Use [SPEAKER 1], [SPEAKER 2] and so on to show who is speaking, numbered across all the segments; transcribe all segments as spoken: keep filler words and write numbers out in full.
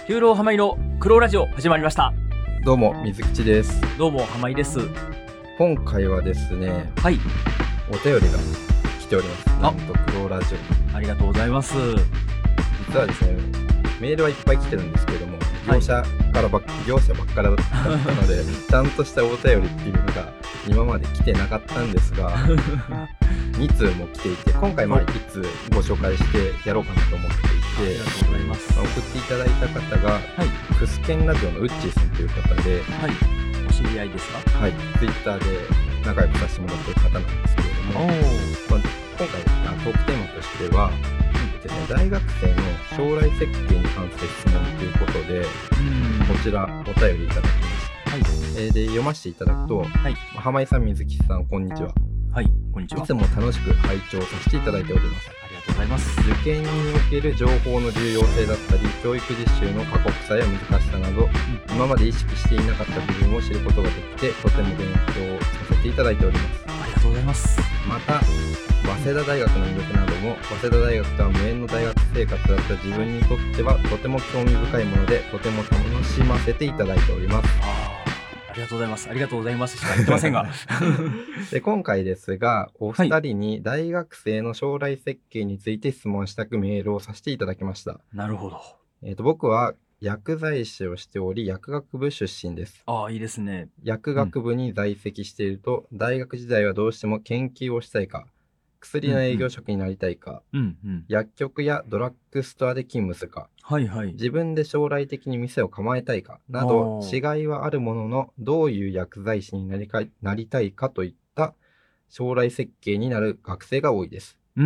[SPEAKER 1] 九郎浜井の苦労ラジオ始まりました。
[SPEAKER 2] どうも水吉です。
[SPEAKER 1] どうも浜井です。
[SPEAKER 2] 今回はですね、
[SPEAKER 1] はい、
[SPEAKER 2] お便りが来ております。なんと苦労ラジオ、
[SPEAKER 1] ありがとうございます。
[SPEAKER 2] 実はですね、メールはいっぱい来てるんですけれども、業者からばっ、業者ばっかりだったのでちゃんとしたお便りっていうのが今まで来てなかったんですがに通も来ていて、今回まあいっ通ご紹介してやろうかなと思っていて、
[SPEAKER 1] ありがとうございます。
[SPEAKER 2] まあ、送っていただいた方が、はい、クスケンラジオのウッチーさんという方で、
[SPEAKER 1] はい、お知り合いですか？
[SPEAKER 2] はい、ツイッターで仲良くさせてもらっている方なんですけれども、まあ、今回トークテーマとしては、ですね、大学生の将来設計に関する質問ということで、こちらお便りいただきました。はい、えー、で読ませていただくと、はい、浜井さん、水木さん、こんにちは。
[SPEAKER 1] はい、こんにちは。
[SPEAKER 2] いつも楽しく拝聴させていただいております。
[SPEAKER 1] ありがとうございます。
[SPEAKER 2] 受験における情報の重要性だったり、教育実習の過酷さや難しさなど、うん、今まで意識していなかった部分を知ることができて、とても勉強させていただいております。
[SPEAKER 1] ありがとうございます。ま
[SPEAKER 2] た早稲田大学の魅力なども、早稲田大学とは無縁の大学生活だった自分にとってはとても興味深いもので、とても楽しませていただいております。
[SPEAKER 1] あありがとうございます。ありがとうございますしか言ってませんが
[SPEAKER 2] で、今回ですが、お二人に大学生の将来設計について質問したくメールをさせていただきました。
[SPEAKER 1] なるほど。
[SPEAKER 2] えーと、僕は薬剤師をしており、薬学部出身です。
[SPEAKER 1] ああ、いいですね。
[SPEAKER 2] 薬学部に在籍していると、うん、大学時代はどうしても研究をしたいか、薬の営業職になりたいか、うんうん、薬局やドラッグストアで勤務するか、はいはい、自分で将来的に店を構えたいかなど違いはあるものの、どういう薬剤師になりかなりたいかといった将来設計になる学生が多いです。うん、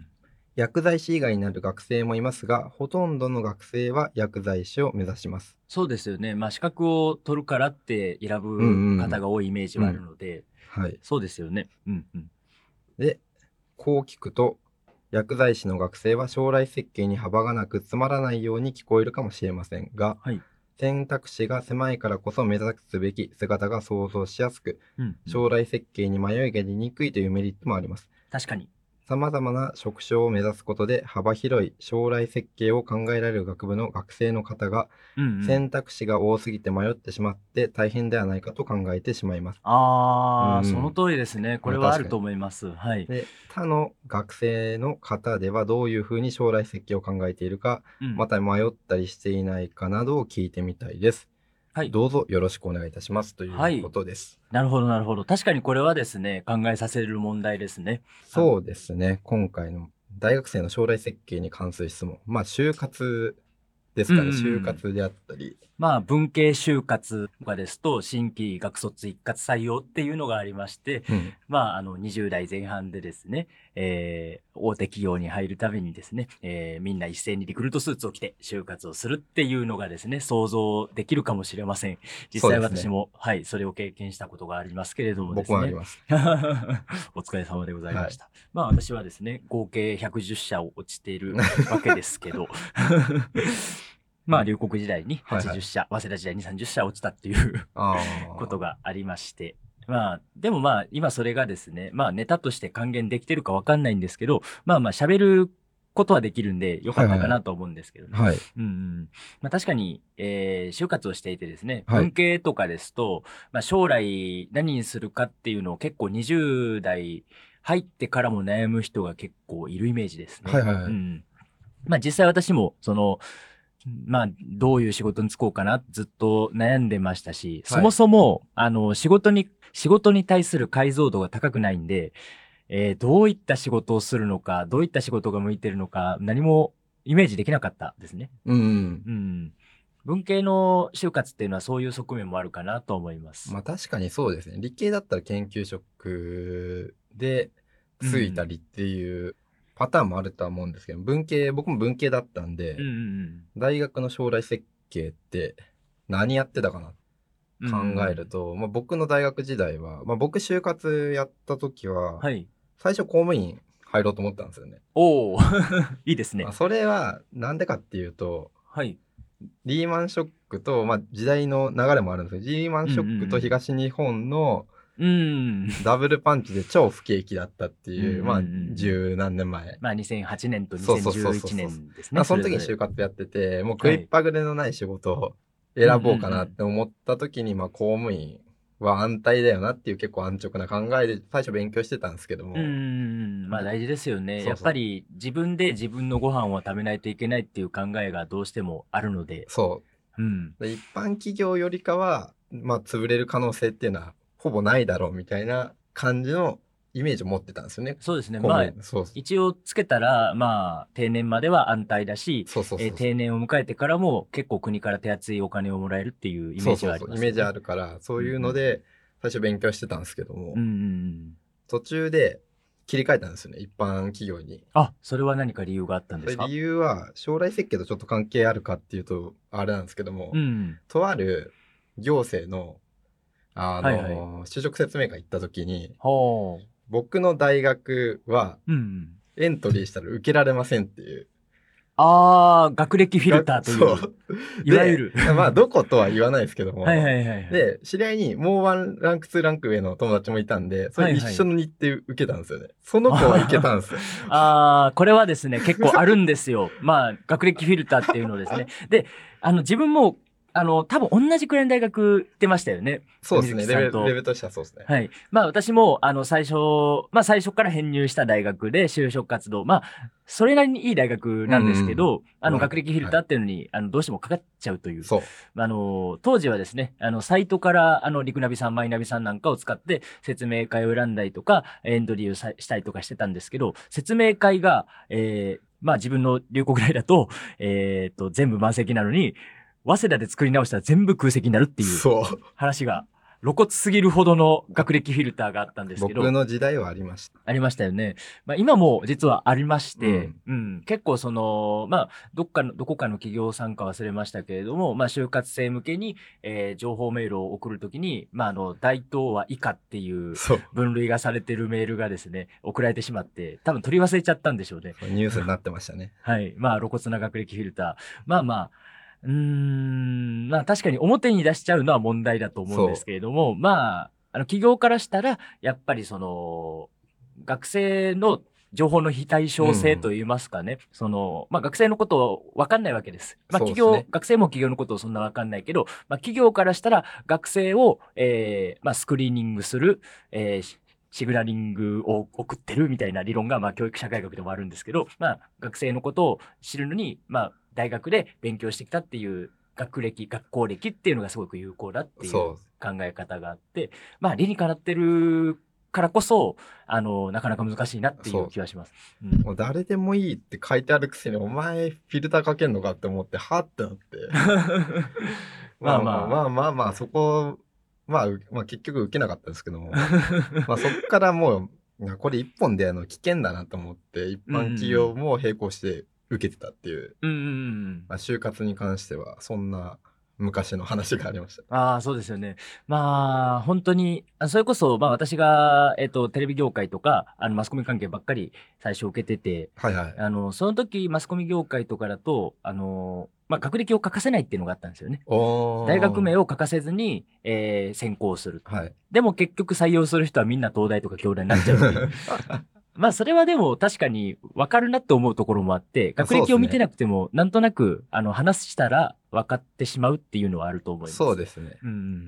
[SPEAKER 2] 薬剤師以外になる学生もいますが、ほとんどの学生は薬剤師を目指します。
[SPEAKER 1] そうですよね。まあ資格を取るからって選ぶ方が多いイメージはあるので、うんうん、はい、そうですよね。うんうん、
[SPEAKER 2] でこう聞くと、薬剤師の学生は将来設計に幅がなくつまらないように聞こえるかもしれませんが、はい、選択肢が狭いからこそ目指すべき姿が想像しやすく、うんうん、将来設計に迷いが出にくいというメリットもあります。
[SPEAKER 1] 確かに。
[SPEAKER 2] 様々な職種を目指すことで幅広い将来設計を考えられる学部の学生の方が、うんうん、選択肢が多すぎて迷ってしまって大変ではないかと考えてしまいます。
[SPEAKER 1] ああ、うん、その通りですね。これはあると思います。はい。
[SPEAKER 2] で、他の学生の方ではどういうふうに将来設計を考えているか、うん、また迷ったりしていないかなどを聞いてみたいです。はい、どうぞよろしくお願いいたしますということです。
[SPEAKER 1] はい、なるほどなるほど。確かにこれはですね、考えさせる問題ですね。
[SPEAKER 2] そうですね。今回の大学生の将来設計に関する質問、まあ就活ですかね、うんうん、就活であったり、
[SPEAKER 1] まあ文系就活とかですと新規学卒一括採用っていうのがありまして、うん、まああのにじゅう代前半でですね、えー、大手企業に入るためにですね、えー、みんな一斉にリクルートスーツを着て就活をするっていうのがですね、想像できるかもしれません。実際私も、ね、はいそれを経験したことがありますけれどもですね。
[SPEAKER 2] 僕もあります。
[SPEAKER 1] お疲れ様でございました。はい、まあ私はですね、合計ひゃくじゅっ社を落ちているわけですけど。まあ、龍谷時代にはちじゅっ社、はいはい、早稲田時代にさんじゅっ社落ちたっていうことがありまして。まあ、でもまあ、今それがですね、まあ、ネタとして還元できてるかわかんないんですけど、まあまあ、喋ることはできるんで、よかったかなと思うんですけどね。はいはい、うんうん。まあ、確かに、えー、就活をしていてですね、文系とかですと、まあ、将来何にするかっていうのを結構にじゅう代入ってからも悩む人が結構いるイメージですね。はいはいはい。うん。まあ、実際私も、その、まあ、どういう仕事に就こうかな、ずっと悩んでましたし、はい、そもそも、あの、仕事に、仕事に対する解像度が高くないんで、えー、どういった仕事をするのか、どういった仕事が向いてるのか、何もイメージできなかったですね。うん、うん。うん。文系の就活っていうのはそういう側面もあるかなと思います。
[SPEAKER 2] まあ確かにそうですね。理系だったら研究職でついたりっていうパターンもあるとは思うんですけど、文系、僕も文系だったんで、うんうんうん、大学の将来設計って何やってたかな考えると、うんうん、まあ、僕の大学時代は、まあ、僕就活やった時は、はい、最初公務員入ろうと思ったんですよね。
[SPEAKER 1] おーいいですね。
[SPEAKER 2] まあ、それはなんでかっていうと、はい、リーマンショックと、まあ、時代の流れもあるんですけど、リーマンショックと東日本の
[SPEAKER 1] うん。
[SPEAKER 2] ダブルパンチで超不景気だったっていう、
[SPEAKER 1] うん
[SPEAKER 2] まあ、十何年前。
[SPEAKER 1] まあ、にせんはちねんと
[SPEAKER 2] そうそうそうそう
[SPEAKER 1] にせんじゅういちねんですね。
[SPEAKER 2] まあ、その時に
[SPEAKER 1] れぞれ
[SPEAKER 2] 就活やってて、もう食いっぱぐれのない仕事を選ぼうかなって思った時に、まあ、公務員は安泰だよなっていう結構安直な考えで最初勉強してたんですけども。
[SPEAKER 1] うん、まあ大事ですよね。
[SPEAKER 2] そうそう
[SPEAKER 1] やっぱり自分で自分のご飯を食べないといけないっていう考えがどうしてもあるので。
[SPEAKER 2] そう。うん、一般企業よりかは、まあ、潰れる可能性っていうのはほぼないだろうみたいな感じのイメージを持ってたんですよね。
[SPEAKER 1] そうですね。まあ、そうそう一応つけたら、まあ、定年までは安泰だし、そうそうそうそう、えー、定年を迎えてからも結構国から手厚いお金をもらえるっていうイメージはありますね。そうそうそう、
[SPEAKER 2] イメージあるから、そういうので、最初勉強してたんですけども、
[SPEAKER 1] うんうんうん、
[SPEAKER 2] 途中で切り替えたんですよね、一般企業に。
[SPEAKER 1] あ、それは何か理由があったんですか？
[SPEAKER 2] 理由は、将来設計とちょっと関係あるかっていうと、あれなんですけども、うん、とある行政の、あの、はいはい、就職説明会行った時に、僕の大学は、エントリーしたら受けられませんっていう。
[SPEAKER 1] ああ、学歴フィルターという。そう。いわゆる。
[SPEAKER 2] まあ、どことは言わないですけども。はいはいはい、はい。で、知り合いにもうワンランクツーランク上の友達もいたんで、それ一緒の日程受けたんですよね。はいはい、その子は行けたんですよ。
[SPEAKER 1] ああ、これはですね、結構あるんですよ。まあ、学歴フィルターっていうのですね。で、あの、自分も、あの、多分同じくらいの大学行ってましたよね。
[SPEAKER 2] そうですね。レベル、レベルとしてはそうですね。
[SPEAKER 1] はい。まあ私も、あの、最初、まあ最初から編入した大学で就職活動、まあ、それなりにいい大学なんですけど、うんうん、あの、学歴フィルターっていうのに、はい、あの、どうしてもかかっちゃうという。そう。あの、当時はですね、あの、サイトから、あの、リクナビさん、マイナビさんなんかを使って説明会を選んだりとか、エントリーをさしたりとかしてたんですけど、説明会が、えー、まあ自分の流行ぐらいだと、えっと、全部満席なのに、早稲田で作り直したら全部空席になるっていう話が露骨すぎるほどの学歴フィルターがあったんですけど。
[SPEAKER 2] 僕の時代はありました。
[SPEAKER 1] ありましたよね。まあ今も実はありまして、うん、うん、結構その、まあ、どっかの、どこかの企業さんか忘れましたけれども、まあ就活生向けに、えー、情報メールを送るときに、まああの、大東は以下っていう分類がされてるメールがですね、送られてしまって、多分取り忘れちゃったんでしょうね。
[SPEAKER 2] ニュースになってましたね。
[SPEAKER 1] はい。まあ露骨な学歴フィルター。まあまあ、うーん、まあ確かに表に出しちゃうのは問題だと思うんですけれども、まあ、あの企業からしたら、やっぱりその、学生の情報の非対称性といいますかね、うん、その、まあ学生のことを分かんないわけです。まあ企業、ね、学生も企業のことをそんな分かんないけど、まあ企業からしたら学生を、えー、まあスクリーニングする、えー、シグナリングを送ってるみたいな理論が、まあ教育社会学でもあるんですけど、まあ学生のことを知るのに、まあ大学で勉強してきたっていう学歴、学校歴っていうのがすごく有効だっていう考え方があって、まあ理にかなってるからこそ、あの、なかなか難しいなっていう気はします。
[SPEAKER 2] うん、もう誰でもいいって書いてあるくせに、お前フィルターかけんのかって思って、はってなって。まあまあまあまあまあ、そこ、まあ、まあ結局受けなかったですけども、まあそっからもう、これ一本であの危険だなと思って、一般企業も並行して受けてたっていう、うんうんうん、まあ、就活に関しては、そんな、昔の話がありました。
[SPEAKER 1] ああ、そうですよね。まあ、本当に、それこそ、まあ私が、えっと、テレビ業界とか、あの、マスコミ関係ばっかり最初受けてて、はいはい。あの、その時、マスコミ業界とかだと、あの、まあ学歴を書かせないっていうのがあったんですよね。大学名を書かせずに、えー、選考する。はい。でも結局採用する人はみんな東大とか京大になっちゃうっていう。まあそれはでも確かに分かるなって思うところもあって、学歴を見てなくても、なんとなく、あの、話したら分かってしまうっていうのはあると思います。
[SPEAKER 2] そうですね。うん。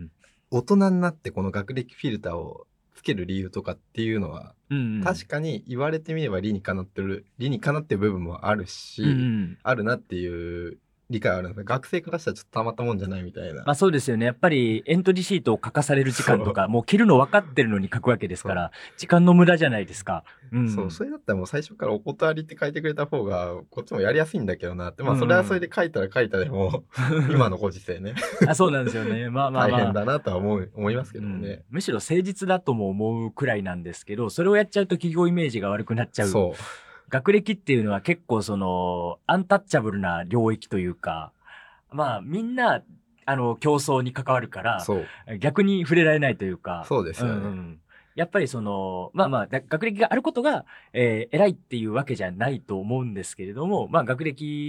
[SPEAKER 2] 大人になってこの学歴フィルターをつける理由とかっていうのは、うんうん、確かに言われてみれば理にかなってる、理にかなってる部分もあるし、うんうん、あるなっていう理解はあるんですが、学生からしたらちょっとたまったもんじゃないみたいな。
[SPEAKER 1] まあそうですよね。やっぱりエントリーシートを書かされる時間とか、もう切るの分かってるのに書くわけですから、時間の無駄じゃないですか。
[SPEAKER 2] うん、そう、それだったらもう最初からお断りって書いてくれた方が、こっちもやりやすいんだけどなって、まあそれはそれで書いたら書いたでも、うん、今のご時世ね。
[SPEAKER 1] あ、そうなんですよね。まあまあ、まあ、
[SPEAKER 2] 大変だなとは思う、思いますけどね、うん。
[SPEAKER 1] むしろ誠実だとも思うくらいなんですけど、それをやっちゃうと企業イメージが悪くなっちゃう。そう。学歴っていうのは結構その、アンタッチャブルな領域というか、まあみんな、あの、競争に関わるから、逆に触れられないというか。
[SPEAKER 2] そうですよね。うんうん、
[SPEAKER 1] やっぱりその、まあまあ、学歴があることが、えー、偉いっていうわけじゃないと思うんですけれども、まあ学歴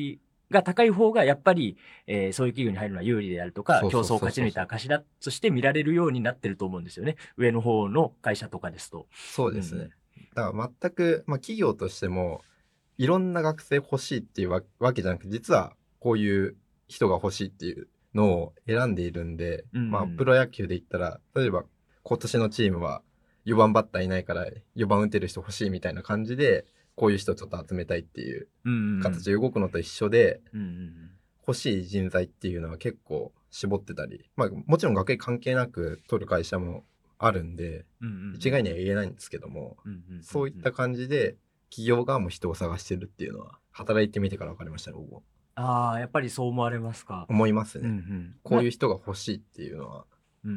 [SPEAKER 1] が高い方がやっぱり、えー、そういう企業に入るのは有利であるとか、競争を勝ち抜いた証だとして見られるようになってると思うんですよね。上の方の会社とかですと。
[SPEAKER 2] そうですね。うん、だから全く、まあ、企業としてもいろんな学生欲しいっていうわけじゃなくて、実はこういう人が欲しいっていうのを選んでいるんで、うんうん、まあプロ野球で言ったら、例えば今年のチームはよばんバッターいないからよばん打てる人欲しいみたいな感じで、こういう人ちょっと集めたいっていう形で動くのと一緒で、うんうん、欲しい人材っていうのは結構絞ってたり、まあもちろん学歴関係なく取る会社もあるんで、うんうんうん、一概には言えないんですけども、うんうんうんうん、そういった感じで企業側も人を探してるっていうのは働いてみてから分かりましたね、僕も。
[SPEAKER 1] ああ、やっぱりそう思われますか。
[SPEAKER 2] 思いますね。うんうん、こういう人が欲しいっていうのは。
[SPEAKER 1] うんうん、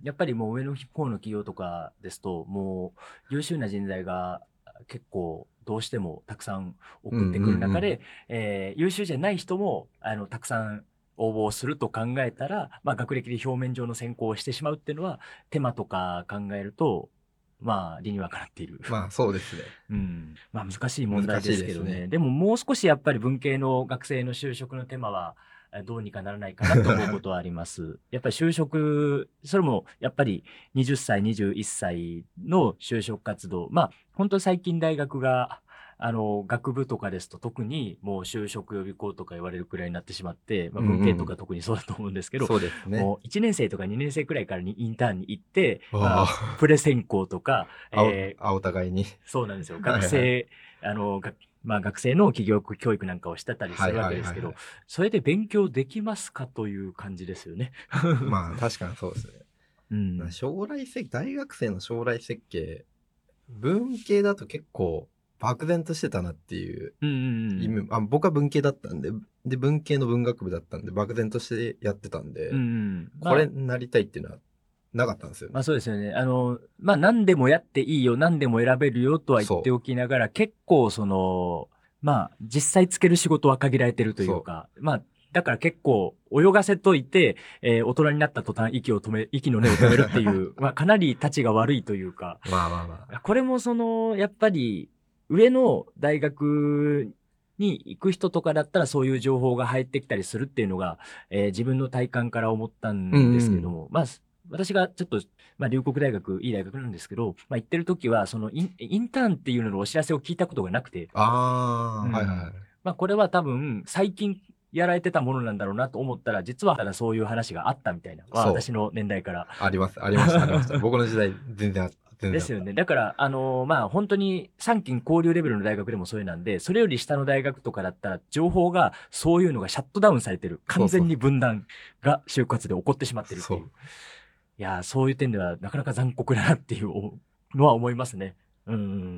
[SPEAKER 1] やっぱりもう上の方の企業とかですと、もう優秀な人材が結構どうしてもたくさん送ってくる中で、うんうんうん、えー、優秀じゃない人もあのたくさん応募すると考えたら、まあ、学歴で表面上の選考をしてしまうっていうのは手間とか考えるとまあ理にはかなっている。
[SPEAKER 2] まあそうですね。
[SPEAKER 1] うん。まあ難しい問題ですけどね。でねでももう少しやっぱり文系の学生の就職の手間はどうにかならないかなと思うことはあります。やっぱり就職、それもやっぱりはたち、にじゅういっさいの就職活動。まあ本当最近大学があの学部とかですと特にもう就職予備校とか言われるくらいになってしまって、まあ、文系とか特にそうだと思うんですけど、
[SPEAKER 2] うんうん、そうですね、
[SPEAKER 1] もういちねん生とかにねん生くらいからにインターンに行って、まあ、プレ専攻とか、
[SPEAKER 2] えー、お互いに
[SPEAKER 1] そうなんですよ学生はいはい、あのがまあ、学生の企業教育なんかをしてたりするわけですけど、それで勉強できますかという感じですよね。
[SPEAKER 2] まあ確かにそうですね。うん、将来設計、大学生の将来設計、文系だと結構漠然としてたなっていう意味、うんうん、あ僕は文系だったんで、で文系の文学部だったんで漠然としてやってたんで、うんうんまあ、これになりたいっていうのはなかったんですよね。
[SPEAKER 1] まあそうですよね。あの、まあ何でもやっていいよ、何でも選べるよとは言っておきながら、結構その、まあ実際つける仕事は限られてるというか、まあだから結構泳がせといて、えー、大人になった途端息を止め、息の根を止めるっていう、まあかなり立ちが悪いというか、
[SPEAKER 2] まあまあまあ。
[SPEAKER 1] これもその、やっぱり上の大学に行く人とかだったらそういう情報が入ってきたりするっていうのが、えー、自分の体感から思ったんですけども、うんうん、まあ私がちょっと、まあ、龍谷大学、いい大学なんですけど、まあ、行ってる時は、そのイン、インターンっていうののお知らせを聞いたことがなくて。
[SPEAKER 2] ああ、うん、はいはい。
[SPEAKER 1] まあ、これは多分、最近やられてたものなんだろうなと思ったら、実はそういう話があったみたいな。まあ、私の年代から。
[SPEAKER 2] あります、ありました、ありました。僕の時代、全然あった。
[SPEAKER 1] ですよね。だから、あのー、まあ、本当に参勤交流レベルの大学でもそういうなんで、それより下の大学とかだったら、情報が、そういうのがシャットダウンされてる。完全に分断が就活で起こってしまってるっていう。そういやそういう点ではなかなか残酷だなっていうのは思いますね。うん、うん、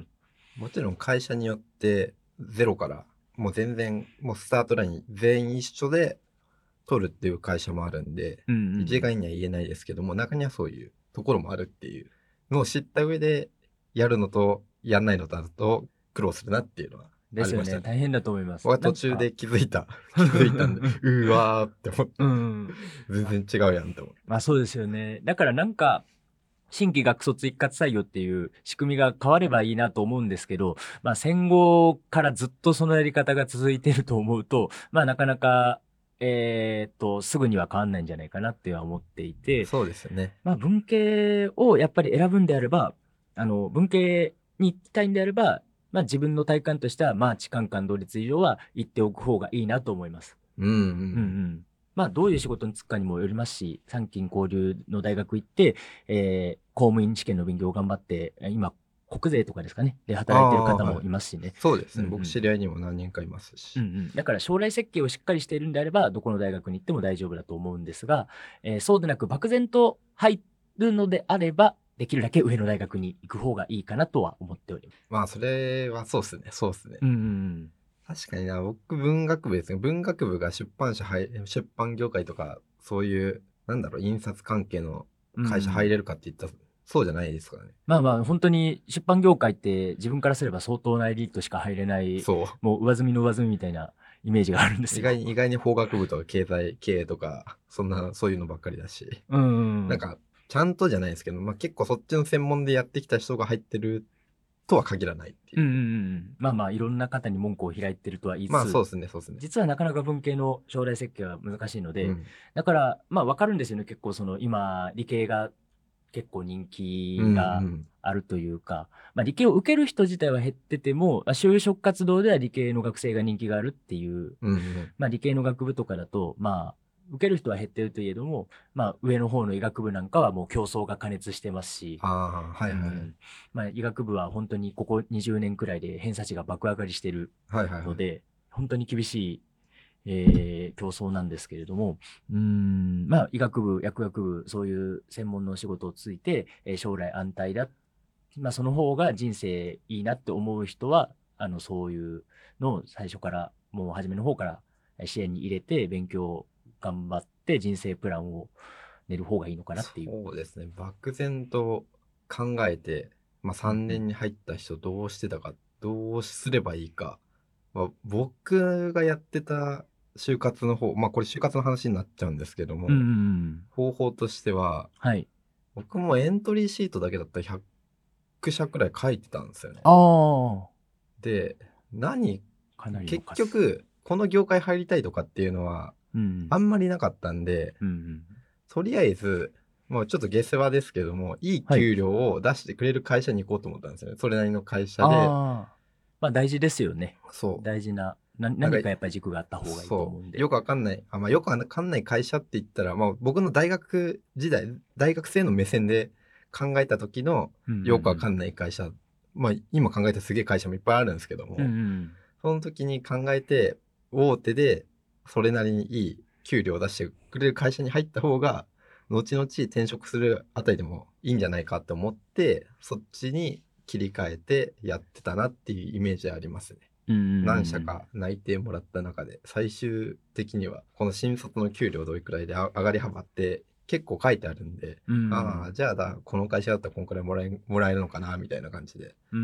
[SPEAKER 2] もちろん会社によってゼロからもう全然もうスタートライン全員一緒で取るっていう会社もあるんで、うんうんうん、一概には言えないですけども、中にはそういうところもあるっていうのを知った上でやるのとやんないのとあると苦労するなっていうのは
[SPEAKER 1] ですよね。大変だと思います。
[SPEAKER 2] 僕は途中で気づいた。気づいたんで、うわーって思って、うん、全然違うやんって思って。
[SPEAKER 1] まあそうですよね。だからなんか、新規学卒一括採用っていう仕組みが変わればいいなと思うんですけど、まあ戦後からずっとそのやり方が続いていると思うと、まあなかなか、えー、っと、すぐには変わんないんじゃないかなっては思っていて、
[SPEAKER 2] そうですよね。
[SPEAKER 1] まあ文系をやっぱり選ぶんであれば、あの、文系に行きたいんであれば、まあ自分の体感としては、まあ痴漢間同率以上は行っておく方がいいなと思います。
[SPEAKER 2] うんうん。うんう
[SPEAKER 1] ん。まあどういう仕事に就くかにもよりますし、参勤交流の大学行って、えー、公務員試験の勉強を頑張って、今、国税とかですかね、で働いてる方もいますしね。はい、
[SPEAKER 2] そうですね、うんうん。僕知り合いにも何人かいますし。
[SPEAKER 1] うんうん。だから将来設計をしっかりしているんであれば、どこの大学に行っても大丈夫だと思うんですが、えー、そうでなく漠然と入るのであれば、できるだけ上の大学に行く方がいいかなとは思っております。
[SPEAKER 2] まあ、それはそうですね。そうですね。
[SPEAKER 1] うんうん。
[SPEAKER 2] 確かにな、僕文学部ですね。文学部が出版社入、出版業界とか、そういう、なんだろう、印刷関係の会社入れるかって言ったら、うん、そうじゃないですからね。
[SPEAKER 1] まあまあ、本当に出版業界って自分からすれば相当なエリートしか入れない、そう。もう上積みの上積みみたいなイメージがあるんですよ。
[SPEAKER 2] 意外に、意外に法学部とか経済経営とか、そんな、そういうのばっかりだし。うん、うん。なんか、ちゃんとじゃないですけど、まあ結構そっちの専門でやってきた人が入ってるとは限らないっていう。
[SPEAKER 1] うんうんうん。まあまあ、いろんな方に門戸を開いてるとは言いつつ、
[SPEAKER 2] まあそうですね、そうですね。
[SPEAKER 1] 実はなかなか文系の将来設計は難しいので、
[SPEAKER 2] うん、
[SPEAKER 1] だから、まあわかるんですよね。結構その今、理系が結構人気があるというか、うんうん、まあ理系を受ける人自体は減ってても、就職活動では理系の学生が人気があるっていう、
[SPEAKER 2] うんうん、
[SPEAKER 1] まあ理系の学部とかだと、まあ、受ける人は減ってるといえども、まあ、上の方の医学部なんかはもう競争が過熱してますし、
[SPEAKER 2] ああ、はいはい、うん、
[SPEAKER 1] まあ、医学部は本当にここにじゅうねんくらいで偏差値が爆上がりしてるので、はいはいはい、本当に厳しい、えー、競争なんですけれども、うーん、まあ、医学部、薬学部、そういう専門の仕事をついて、えー、将来安泰だ、まあ、その方が人生いいなって思う人は、あの、そういうのを最初から、もう初めの方から視野に入れて勉強頑張って人生プランを練る方がいいのかなっていう。
[SPEAKER 2] そうですね。漠然と考えて、まあ、さんねんに入った人どうしてたか、うんうん、どうすればいいか。まあ、僕がやってた就活の方、まあこれ就活の話になっちゃうんですけども、うんうん、方法としては、はい、僕もエントリーシートだけだったらひゃく社くらい書いてたんですよね。あで、何結局、この業界入りたいとかっていうのは、あんまりなかったんで、うんうん、とりあえず、もうちょっと下世話ですけども、いい給料を出してくれる会社に行こうと思ったんですよね。はい、それなりの会社で。
[SPEAKER 1] あまあ大事ですよね。そう。大事な、な何かやっぱり軸があった方がいいと思うんで。
[SPEAKER 2] よくわかんない、あまあ、よくわかんない会社って言ったら、まあ、僕の大学時代、大学生の目線で考えた時のよくわかんない会社、うんうん、まあ今考えたらすげえ会社もいっぱいあるんですけども、うんうん、その時に考えて、大手でそれなりにいい給料を出してくれる会社に入った方が、後々転職するあたりでもいいんじゃないかって思って、そっちに切り替えてやってたなっていうイメージありますね。何社か内定もらった中で、最終的にはこの新卒の給料どれくらいで上がり幅って結構書いてあるんで、うん、ああじゃあだこの会社だったらこのくらいもらえもらえるのかなみたいな感じで。
[SPEAKER 1] うん、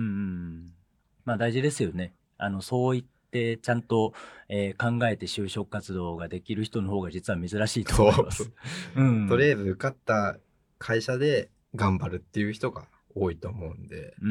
[SPEAKER 1] まあ大事ですよね。あのそう言ってちゃんと、えー、考えて就職活動ができる人の方が実は珍しいと思います。
[SPEAKER 2] うん、とりあえず受かった会社で頑張るっていう人が多いと思うんで。
[SPEAKER 1] うん、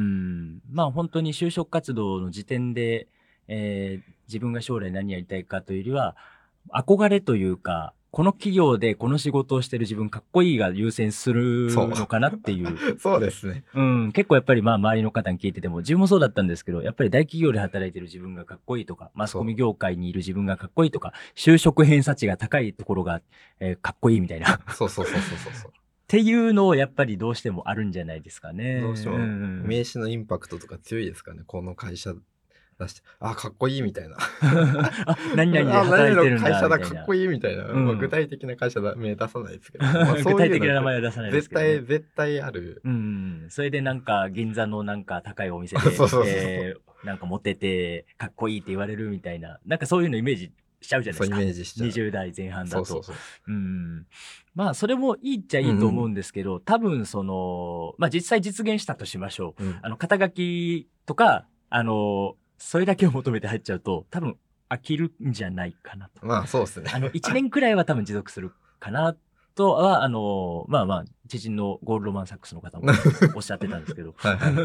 [SPEAKER 1] まあ本当に就職活動の時点で、えー、自分が将来何やりたいかというよりは、憧れというか、この企業でこの仕事をしてる自分かっこいいが優先するのかなっていう。
[SPEAKER 2] そう。そうですね。
[SPEAKER 1] うん、結構やっぱりまあ周りの方に聞いてても、自分もそうだったんですけど、やっぱり大企業で働いてる自分がかっこいいとか、マスコミ業界にいる自分がかっこいいとか、就職偏差値が高いところが、えー、かっこいいみたいな。
[SPEAKER 2] そうそうそうそうそう。
[SPEAKER 1] っていうのをやっぱりどうしてもあるんじゃないですかね。
[SPEAKER 2] どうしても名刺のインパクトとか強いですかね、この会社出して、あ、かっこいいみたいな。
[SPEAKER 1] あ、何々で働いてるんだみたいな。
[SPEAKER 2] 会社だ、かっこいいみたいな。うん、まあ、具体的な会社だ名出さないですけど。ま
[SPEAKER 1] あ、具体的な名前は出さないですけど、ね。
[SPEAKER 2] 絶対、絶対ある。
[SPEAKER 1] うん。それでなんか、銀座のなんか高いお店で、そうそうそうそう、えー、なんかモテて、かっこいいって言われるみたいな、なんかそういうのイメージしちゃうじゃないですか。
[SPEAKER 2] そうイメージしちゃう。
[SPEAKER 1] にじゅう代前半だと。
[SPEAKER 2] そうそうそう。
[SPEAKER 1] うん。まあ、それもいいっちゃいいと思うんですけど、うんうん、多分その、まあ実際実現したとしましょう。うん、あの、肩書きとか、あの、それだけを求めて入っちゃうと、多分飽きるんじゃないかなと。
[SPEAKER 2] まあそうですね。
[SPEAKER 1] あの、いちねんくらいは多分持続するかなとは、あの、まあまあ、知人のゴールドマンサックスの方もおっしゃってたんですけど。はいはい、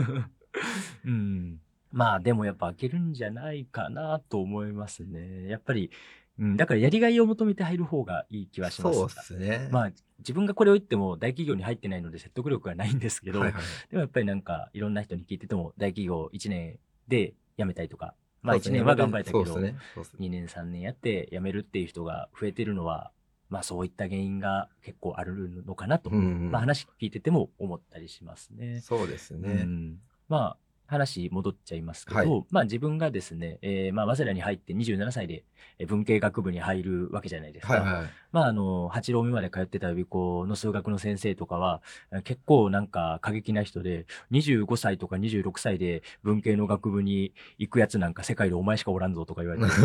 [SPEAKER 1] うん。まあでもやっぱ飽きるんじゃないかなと思いますね。やっぱり、うん、だからやりがいを求めて入る方がいい気はします。
[SPEAKER 2] そうですね。
[SPEAKER 1] まあ自分がこれを言っても大企業に入ってないので説得力がないんですけど、はいはい、でもやっぱりなんかいろんな人に聞いてても大企業いちねんで辞めたいとか、まあいちねんは頑張れたけど、ねね、にねんさんねんやって辞めるっていう人が増えてるのは、まあそういった原因が結構あるのかなと、うんうん、まあ話聞いてても思ったりしますね。
[SPEAKER 2] そうですね。うん、
[SPEAKER 1] まあ話戻っちゃいますけど、はい、まあ自分がですね、えー、まあ早稲田に入ってにじゅうななさいで文系学部に入るわけじゃないですか。はいはい、まああの、八浪目まで通ってた予備校の数学の先生とかは、結構なんか過激な人で、にじゅうごさいとかにじゅうろくさいで文系の学部に行くやつなんか世界でお前しかおらんぞとか言われて、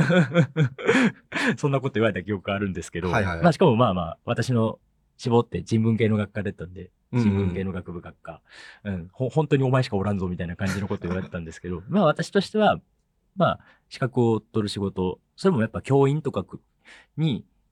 [SPEAKER 1] そんなこと言われた記憶があるんですけど、はいはいはい、まあしかもまあまあ私の志望って人文系の学科だったんで、新聞系の学部学科、うん、うん、ほ、本当にお前しかおらんぞみたいな感じのこと言われてたんですけど、まあ私としては、まあ資格を取る仕事、それもやっぱ教員とかに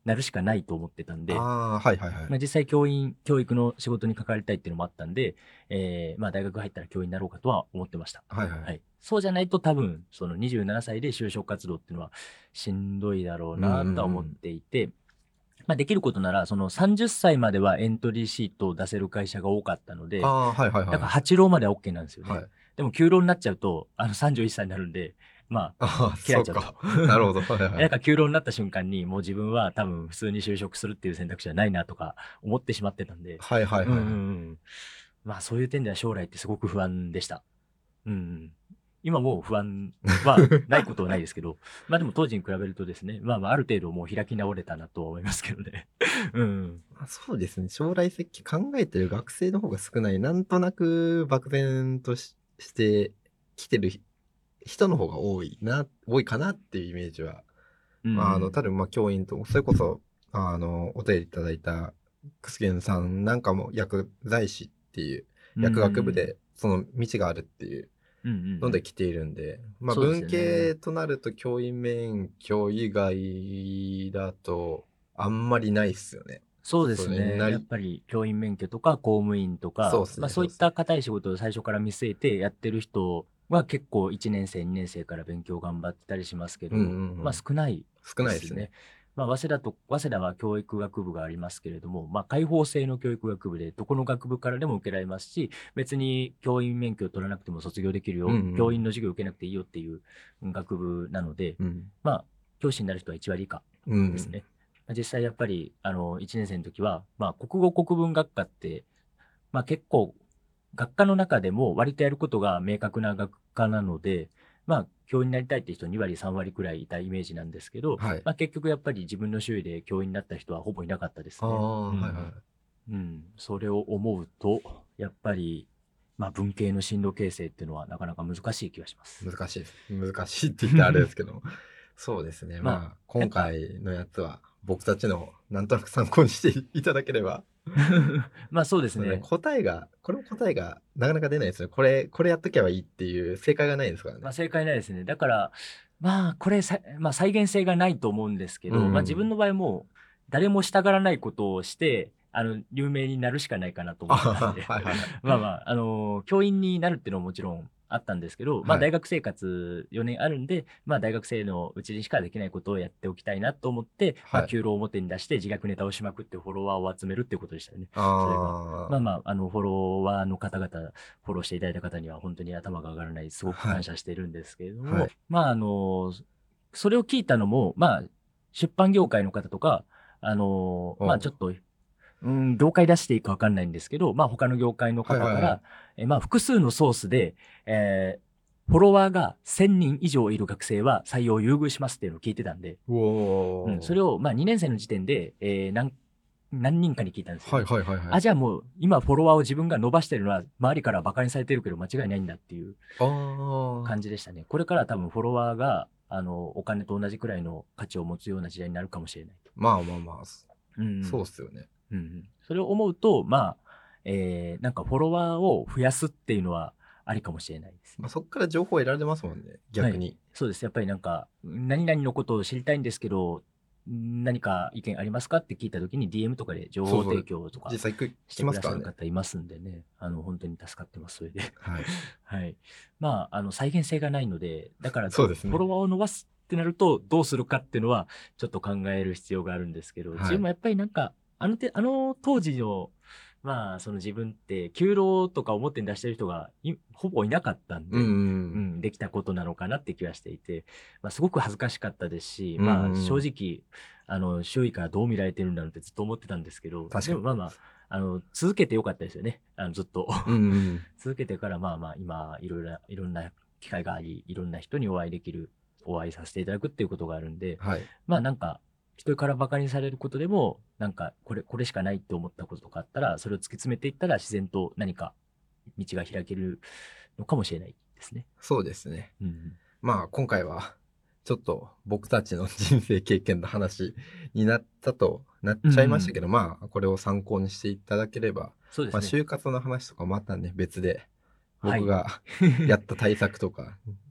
[SPEAKER 1] なるしかないと思ってたんで、
[SPEAKER 2] ああ、はいはいはい。
[SPEAKER 1] まあ、実際教員、教育の仕事に関わりたいっていうのもあったんで、えーまあ、大学入ったら教員になろうかとは思ってました。
[SPEAKER 2] はいはい。
[SPEAKER 1] はい。そうじゃないと多分、そのにじゅうななさいで就職活動っていうのはしんどいだろう
[SPEAKER 2] うんうん
[SPEAKER 1] なとは思っ
[SPEAKER 2] うん。
[SPEAKER 1] ていて、まあ、できることなら、そのさんじゅっさいまではエントリーシートを出せる会社が多かったので、
[SPEAKER 2] ああ、はいはい
[SPEAKER 1] だから
[SPEAKER 2] はい。
[SPEAKER 1] はち浪までは OK なんですよね。
[SPEAKER 2] はい。
[SPEAKER 1] でもきゅう浪になっちゃうと、あのさんじゅういっさいになるんで、まあ、
[SPEAKER 2] ああ、
[SPEAKER 1] 切られちゃうと。
[SPEAKER 2] そうか。なるほど。はいはいはい。
[SPEAKER 1] なんかきゅう浪になった瞬間に、もう自分は多分普通に就職するっていう選択肢はないなとか思ってしまってたんで、
[SPEAKER 2] はいはい
[SPEAKER 1] うんうんう
[SPEAKER 2] はいはい。
[SPEAKER 1] ん。まあそういう点では将来ってすごく不安でした。うんうん。今もう不安はないことはないですけど、まあでも当時に比べるとですね、まあまあある程度もう開き直れたなとは思いますけどね。うん。
[SPEAKER 2] まあ、そうですね。将来設計考えてる学生の方が少ない。なんとなく漠然とし、してきてるひ人の方が多いな、多いかなっていうイメージは。
[SPEAKER 1] うんう
[SPEAKER 2] まあ、あの、
[SPEAKER 1] ん。
[SPEAKER 2] たる、まあ、教員と、それこそ、あの、お便りいただいた、クスゲンさんなんかも薬剤師っていう、
[SPEAKER 1] うんうん
[SPEAKER 2] 薬学部
[SPEAKER 1] うん。
[SPEAKER 2] で、その道があるっていう
[SPEAKER 1] うんうんうん。
[SPEAKER 2] ので来ているんで、まあ、文
[SPEAKER 1] そうですよね。
[SPEAKER 2] 系となると教員免許以外だと、あんまりないっすよね。
[SPEAKER 1] そうで
[SPEAKER 2] そ
[SPEAKER 1] すね。
[SPEAKER 2] れになり、
[SPEAKER 1] やっぱり教員免許とか公務員とか、まあ
[SPEAKER 2] そうっすね、そうっすね。
[SPEAKER 1] そういった固い仕事を最初から見据えてやってる人は結構いちねん生、にねん生から勉強頑張ってたりしますけ
[SPEAKER 2] うんう
[SPEAKER 1] ど、まあ
[SPEAKER 2] んうん。
[SPEAKER 1] 少ない
[SPEAKER 2] 少
[SPEAKER 1] ですね。
[SPEAKER 2] ないですね。
[SPEAKER 1] まあ早稲田と、早稲田は教育学部がありますけれども、まあ開放性の教育学部でどこの学部からでも受けられますし、別に教員免許を取らなくても卒業できる
[SPEAKER 2] うんう
[SPEAKER 1] よ、教員
[SPEAKER 2] ん。
[SPEAKER 1] の授業を受けなくていいよっていう学部なので、
[SPEAKER 2] うん。
[SPEAKER 1] まあ教師になる人はいち割以下
[SPEAKER 2] うん。
[SPEAKER 1] ですね。実際やっぱり、あの、いちねん生の時は、まあ、国語国文学科って、まあ結構、学科の中でも割とやることが明確な学科なので、まあ、教員になりたいって人に割、さん割くらいいたイメージなんですけど、
[SPEAKER 2] はい。
[SPEAKER 1] まあ結局やっぱり自分の周囲で教員になった人はほぼいなかったですね。
[SPEAKER 2] ああ、
[SPEAKER 1] うん。
[SPEAKER 2] はいはい。
[SPEAKER 1] うん。それを思うと、やっぱり、まあ文系の進路形成っていうのはなかなか難しい気がします。
[SPEAKER 2] 難しいです。難しいって言ってあれですけど。そうですね。
[SPEAKER 1] まあ、
[SPEAKER 2] まあ、今
[SPEAKER 1] なんか、
[SPEAKER 2] 回のやつは、僕たちのなんとなく参考にしていただければ。
[SPEAKER 1] まあそうです
[SPEAKER 2] そうね、
[SPEAKER 1] ね。
[SPEAKER 2] 答えが、これも答えがなかなか出ないですね。これ、これやっとけばいいっていう正解がないですからね。
[SPEAKER 1] まあ正解ないですね。だから、まあこれさ、まあ再現性がないと思うんですけ
[SPEAKER 2] うん
[SPEAKER 1] ど、まあ
[SPEAKER 2] うん。
[SPEAKER 1] 自分の場合も誰もしたがらないことをして、あの、有名になるしかないかなと思
[SPEAKER 2] あ
[SPEAKER 1] ってたん
[SPEAKER 2] はは、
[SPEAKER 1] で、
[SPEAKER 2] はいはいはい。
[SPEAKER 1] まあまあ、あの、教員になるっていうのはもちろんあったんですけど、まあ
[SPEAKER 2] はい。
[SPEAKER 1] 大学生活よねんあるんで、まあ大学生のうちにしかできないことをやっておきたいなと思って、まあ
[SPEAKER 2] はい。
[SPEAKER 1] 給料を表に出して自虐ネタをしまくってフォロワーを集めるっていうことでしたよね。それが。まあ
[SPEAKER 2] あ
[SPEAKER 1] まあ、あの、フォロワーの方々、フォローしていただいた方には本当に頭が上がらない、す
[SPEAKER 2] あ、
[SPEAKER 1] ごく
[SPEAKER 2] はい。
[SPEAKER 1] 感謝しているんですけれども、
[SPEAKER 2] はい。
[SPEAKER 1] まあ、あの、それを聞いたのも、まあ、出版業界の方とか、あの、まあ、
[SPEAKER 2] おう、
[SPEAKER 1] ちょっと、うん、業界出していいかわかんないんですけど、まあ、他の業界の
[SPEAKER 2] はい
[SPEAKER 1] 方から、
[SPEAKER 2] はいはい。
[SPEAKER 1] えまあ、複数のソースで、えーフォロワーがせんにん以上いる学生は採用を優遇しますっていうのを聞いてたんで、
[SPEAKER 2] う
[SPEAKER 1] うん、そ
[SPEAKER 2] おー。
[SPEAKER 1] れを、まあ、にねん生の時点で、えー何、何人かに聞いたんですよ
[SPEAKER 2] はい
[SPEAKER 1] ね。あ、
[SPEAKER 2] はいはいはい。
[SPEAKER 1] じゃあもう、今フォロワーを自分が伸ばしてるのは、周りから馬鹿にされてるけど間違いないんだっていう
[SPEAKER 2] ああ、
[SPEAKER 1] 感じでしたね。これから多分フォロワーが、あの、お金と同じくらいの価値を持つような時代になるかもしれないと。
[SPEAKER 2] まあまあまあ、
[SPEAKER 1] うん、
[SPEAKER 2] そうっすよね。
[SPEAKER 1] うん。うん。それを思うと、まあ、えー、なんかフォロワーを増やすっていうのはありかもしれないです
[SPEAKER 2] まあ、
[SPEAKER 1] ね。
[SPEAKER 2] そっから情報を得られてますもんね、
[SPEAKER 1] はい。
[SPEAKER 2] 逆に。
[SPEAKER 1] そうです。やっぱりなんか、何々のことを知りたいんですけど、何か意見ありますかって聞いたときに ディーエム とかで情報提
[SPEAKER 2] そうそう。
[SPEAKER 1] 供とか
[SPEAKER 2] 実際く
[SPEAKER 1] してくださる
[SPEAKER 2] 来ますからね。
[SPEAKER 1] 方いますんでね。あの、本当に助かってます、それで。
[SPEAKER 2] はい。
[SPEAKER 1] はい。まあ、あの、再現性がないので、だからど、
[SPEAKER 2] そうですね。
[SPEAKER 1] フォロワーを伸ばすってなると、どうするかっていうのは、ちょっと考える必要があるんですけど、自
[SPEAKER 2] はい。
[SPEAKER 1] 分もやっぱりなんか、あのて、あの当時の、まあ、その自分って、給料とか表に出してる人がいほぼいなかったん
[SPEAKER 2] うんう
[SPEAKER 1] で、う
[SPEAKER 2] ん
[SPEAKER 1] ん、できたことなのかなって気はしていて、まあ、すごく恥ずかしかったですし、
[SPEAKER 2] うん。うん
[SPEAKER 1] まあ、
[SPEAKER 2] うんうん。
[SPEAKER 1] 正直、あの、周囲からどう見られてるんだろうってずっと思ってたんですけど、
[SPEAKER 2] 確かに。
[SPEAKER 1] でもまあまあ、あの、続けてよかったですよね。あの、ずっと。
[SPEAKER 2] うんうん。
[SPEAKER 1] 続けてからまあまあ、今、いろいろな、いろんな機会があり、いろんな人にお会いできる、お会いさせていただくっていうことがあるんで、
[SPEAKER 2] はい。
[SPEAKER 1] まあなんか、人から馬鹿にされることでも、なんか、これ、これしかないって思ったこととかあったら、それを突き詰めていったら自然と何か道が開けるのかもしれないですね。
[SPEAKER 2] そうですね。
[SPEAKER 1] うん。
[SPEAKER 2] まあ、今回は、ちょっと僕たちの人生経験の話になったとなっ
[SPEAKER 1] うん
[SPEAKER 2] ちゃいました
[SPEAKER 1] うん
[SPEAKER 2] けど、まあ、これを参考にしていただければ、まあ、
[SPEAKER 1] そうですね。
[SPEAKER 2] 就活の話とかまたね、別で、
[SPEAKER 1] はい。
[SPEAKER 2] 僕がやった対策とか、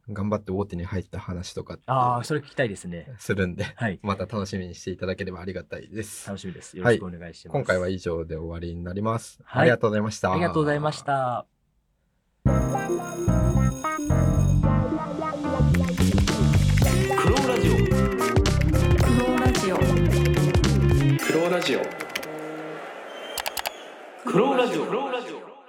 [SPEAKER 2] 頑張って大手に入った話とかって
[SPEAKER 1] ああ、それ聞きたいですね。
[SPEAKER 2] するんで、
[SPEAKER 1] はい、
[SPEAKER 2] また楽しみにしていただければありがたいです。
[SPEAKER 1] 楽しみです。よろしくお願いします。
[SPEAKER 2] はい、今回は以上で終わりになります。
[SPEAKER 1] はい、
[SPEAKER 2] ありがとうございました。
[SPEAKER 1] ありがとうございました。
[SPEAKER 3] クローラジオ。クローラジオ。クローラジオ。クローラジオ。クローラジオ。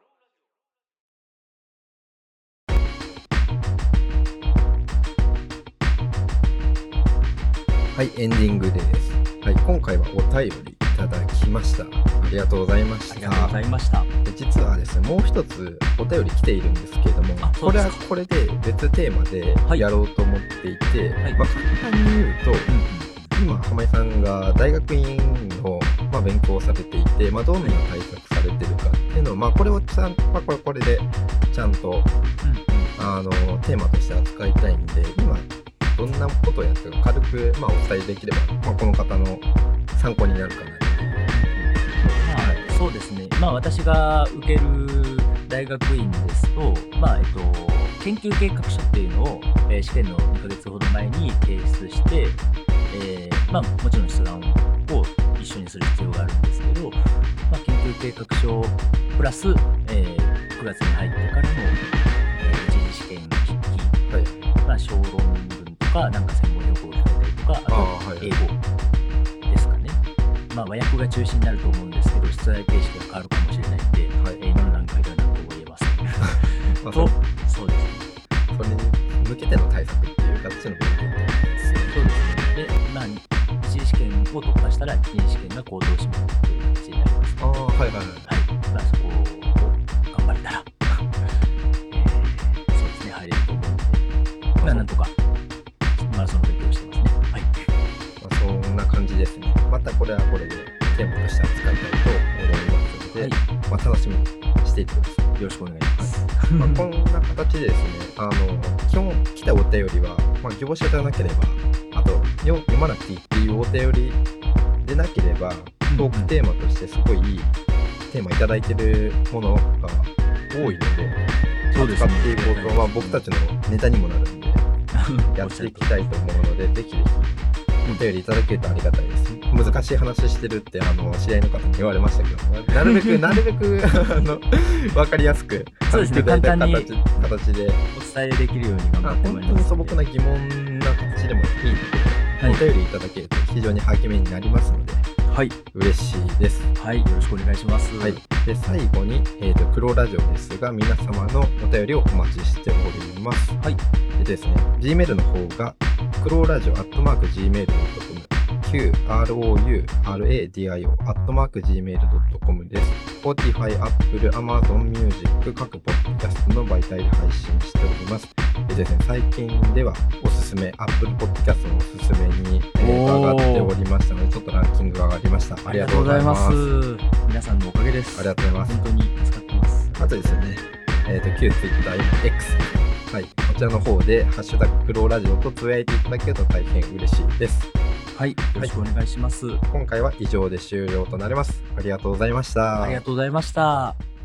[SPEAKER 2] はい、エンディングです。はい、今回はお便りいただきました。ありがとうございました。
[SPEAKER 1] ありがとうございました。
[SPEAKER 2] 実はですね、もう一つお便り来ているんですけれども、これはこれで別テーマでやろうと思っていて、はい、まあ、簡単に言うと、うん、今浜井さんが大学院の、まあ、勉強をされていて、まあ、どんな対策されてるかっていうのを、まあ、これをちゃん、まあ、これこれでちゃんと、うん、あのテーマとして扱いたいんで、今どんなことをやってるか軽く、まあ、お伝えできれば、まあ、この方の参考になるかな。
[SPEAKER 1] まあ、そうですね。まあ、私が受ける大学院ですと、まあえっと、研究計画書っていうのを、えー、試験のにかげつほど前に提出して、えーまあ、もちろん出願を一緒にする必要があるんですけど、まあ、研究計画書プラス、えー、くがつに入ってからの、えー、一次試験筆記、はい、まあ、小論文とか、なんか専門用語を聞かれたりとか、あと英語ですかね。まあ、和訳が中心になると思うんですけど、出題形式が変わるかもしれないんで、はい、えー、今の段階では何とも言えません。まあ、と、そうですね。
[SPEAKER 2] それに向けての対策っていう形の勉強ですね。
[SPEAKER 1] そうですね。で、まあ、一次試験を突破したら、二次試験が行動試験という形になります。
[SPEAKER 2] ああ、はいはいはい。はい。
[SPEAKER 1] まあ、そこを頑張れたら、えー、そうですね、入れると思うので、まあ、なんとか、マラソンの勉強をしてますね。はい。
[SPEAKER 2] まあ、そんな感じですね。またこれはこれでテーマとして扱いたいと思いますので、はい、まあ、楽しみにしていてください。
[SPEAKER 1] よろしくお願いします。
[SPEAKER 2] まあ、こんな形でですね、あの基本来たお便りは、まあ、業者じゃなければ、あと読まなくていいっていうお便りでなければ、トークテーマとしてすごいいいテーマいただいてるものが多いので、そうですね、使っていこうと、まあ、僕たちのネタにもなるんでやっていきたいと思うので、ぜひぜひお便りいただけるとありがたいです。難しい話してるってあの知り合いの方に言われましたけど、なるべくなるべくあの分かりやすく、
[SPEAKER 1] そうですね、簡単に
[SPEAKER 2] 形で
[SPEAKER 1] お伝えできるように頑張ってまいります。
[SPEAKER 2] 本当に素朴な疑問な形でもいいので、はい、お便りいただけると非常に励みになりますので、はい、嬉しいです。
[SPEAKER 1] はい、よろしくお願いします。
[SPEAKER 2] はい、で最後に、えーと、クロラジオですが、皆様のお便りをお待ちしております。はい。でですね、Gmail の方が、クロラジオアットマーク ジーメールドットコム、キューアールオーユーアールエーディーアイオー アットマーク ジーメールドットコム です。Spotify、Apple、Amazon Music 各ポッドキャストの媒体で配信しております。でですね、最近ではおすすめ、Apple Podcast のおすすめに、えー、上がっておりましたので、ちょっとランキングが上がりました。ありがとうございます。
[SPEAKER 1] 皆さんのおかげです。
[SPEAKER 2] ありがとうございます。
[SPEAKER 1] 本当に使ってます。
[SPEAKER 2] あとですね、えっと、旧 Twitter、X、はい、こちらの方で、ハッシュタグクローラジオとつぶやいていただけると大変嬉しいです。
[SPEAKER 1] はい、よろしくお願いします。
[SPEAKER 2] 今回は以上で終了となります。ありがとうございました。
[SPEAKER 1] ありがとうございました。